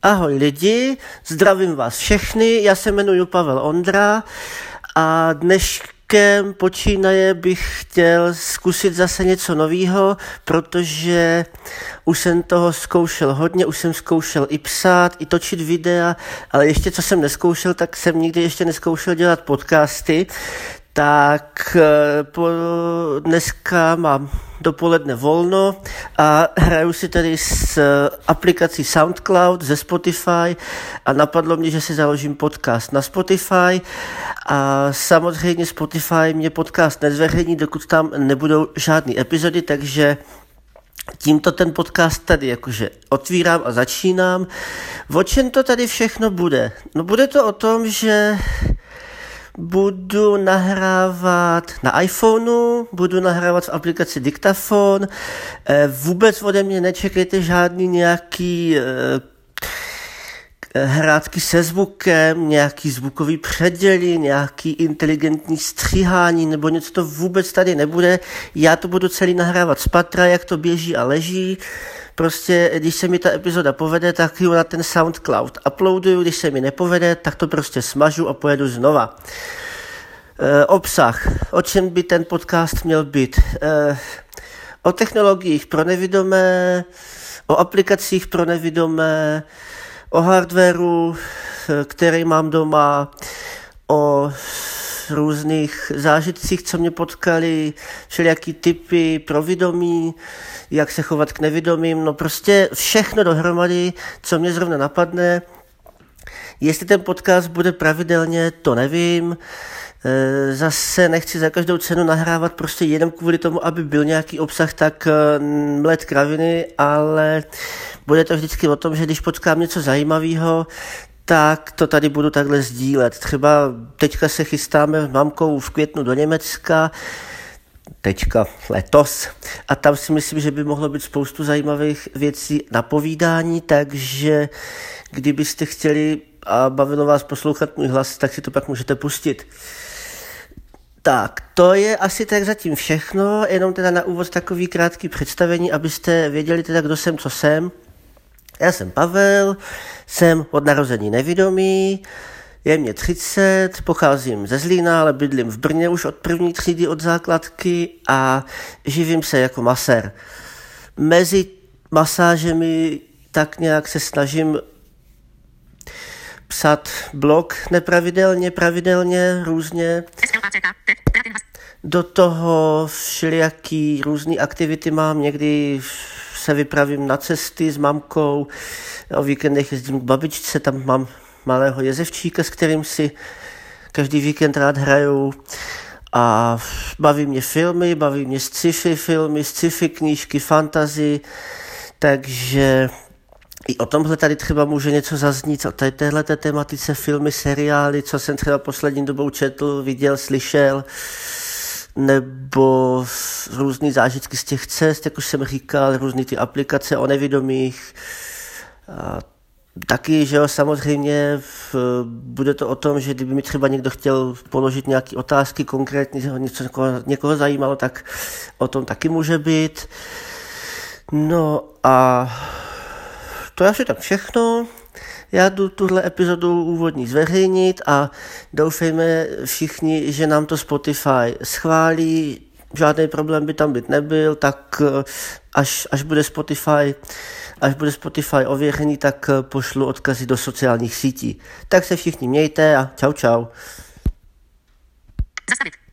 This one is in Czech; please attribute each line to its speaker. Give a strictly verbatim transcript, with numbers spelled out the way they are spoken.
Speaker 1: Ahoj lidi, zdravím vás všechny, já se jmenuji Pavel Ondra a dneškem počínaje bych chtěl zkusit zase něco nového, protože už jsem toho zkoušel hodně, už jsem zkoušel i psát, i točit videa, ale ještě co jsem neskoušel, tak jsem nikdy ještě neskoušel dělat podcasty. Tak po, dneska mám dopoledne volno a hraju si tady s aplikací SoundCloud ze Spotify a napadlo mě, že si založím podcast na Spotify a samozřejmě Spotify mě podcast nezveřejní, dokud tam nebudou žádný epizody, takže tímto ten podcast tady jakože otvírám a začínám. O čem to tady všechno bude? No bude to o tom, že budu nahrávat na iPhoneu, budu nahrávat v aplikaci Diktafon, vůbec ode mě nečekejte žádný nějaký hrátky se zvukem, nějaký zvukový předěly, nějaký inteligentní stříhání nebo něco, to vůbec tady nebude. Já to budu celý nahrávat z patra, jak to běží a leží. Prostě, když se mi ta epizoda povede, tak ji na ten SoundCloud uploaduju, když se mi nepovede, tak to prostě smažu a pojedu znova. E, obsah, o čem by ten podcast měl být? E, o technologiích pro nevidomé, o aplikacích pro nevidomé, o hardwareu, který mám doma, o různých zážitcích, co mě potkali, všelijaký typy pro vědomí, jak se chovat k nevidomým, no prostě všechno dohromady, co mě zrovna napadne. Jestli ten podcast bude pravidelně, to nevím. Zase nechci za každou cenu nahrávat prostě jenom kvůli tomu, aby byl nějaký obsah, tak mlet kraviny, ale bude to vždycky o tom, že když potkám něco zajímavého, tak to tady budu takhle sdílet. Třeba teďka se chystáme s mamkou v květnu do Německa, teďka letos, a tam si myslím, že by mohlo být spoustu zajímavých věcí na povídání, takže kdybyste chtěli a bavilo vás poslouchat můj hlas, tak si to pak můžete pustit. Tak, to je asi tak zatím všechno, jenom teda na úvod takový krátký představení, abyste věděli teda, kdo jsem, co jsem. Já jsem Pavel, jsem od narození nevidomý, je mě třicet, pocházím ze Zlína, ale bydlím v Brně už od první třídy od základky a živím se jako masér. Mezi masážemi tak nějak se snažím psát blog nepravidelně, pravidelně, různě. Do toho všelijaký různý aktivity mám, někdy se vypravím na cesty s mamkou, o víkendech jezdím k babičce, tam mám malého jezevčíka, s kterým si každý víkend rád hraju a baví mě filmy, baví mě sci-fi filmy, sci-fi knížky, fantasy, takže i o tomhle tady třeba může něco zaznít, o téhleté tematice filmy, seriály, co jsem třeba poslední dobou četl, viděl, slyšel, nebo různý zážitky z těch cest, jak už jsem říkal, různý ty aplikace o nevidomých. A taky, že jo, samozřejmě v, bude to o tom, že kdyby mi třeba někdo chtěl položit nějaké otázky konkrétně, něco někoho, někoho zajímalo, tak o tom taky může být. No a to je asi tak všechno. Já jdu tuhle epizodu úvodní zveřejnit a doufejme všichni, že nám to Spotify schválí. Žádný problém by tam být nebyl, tak až, až bude Spotify, až bude Spotify ověřený, tak pošlu odkazy do sociálních sítí. Tak se všichni mějte a čau čau. Zastavit.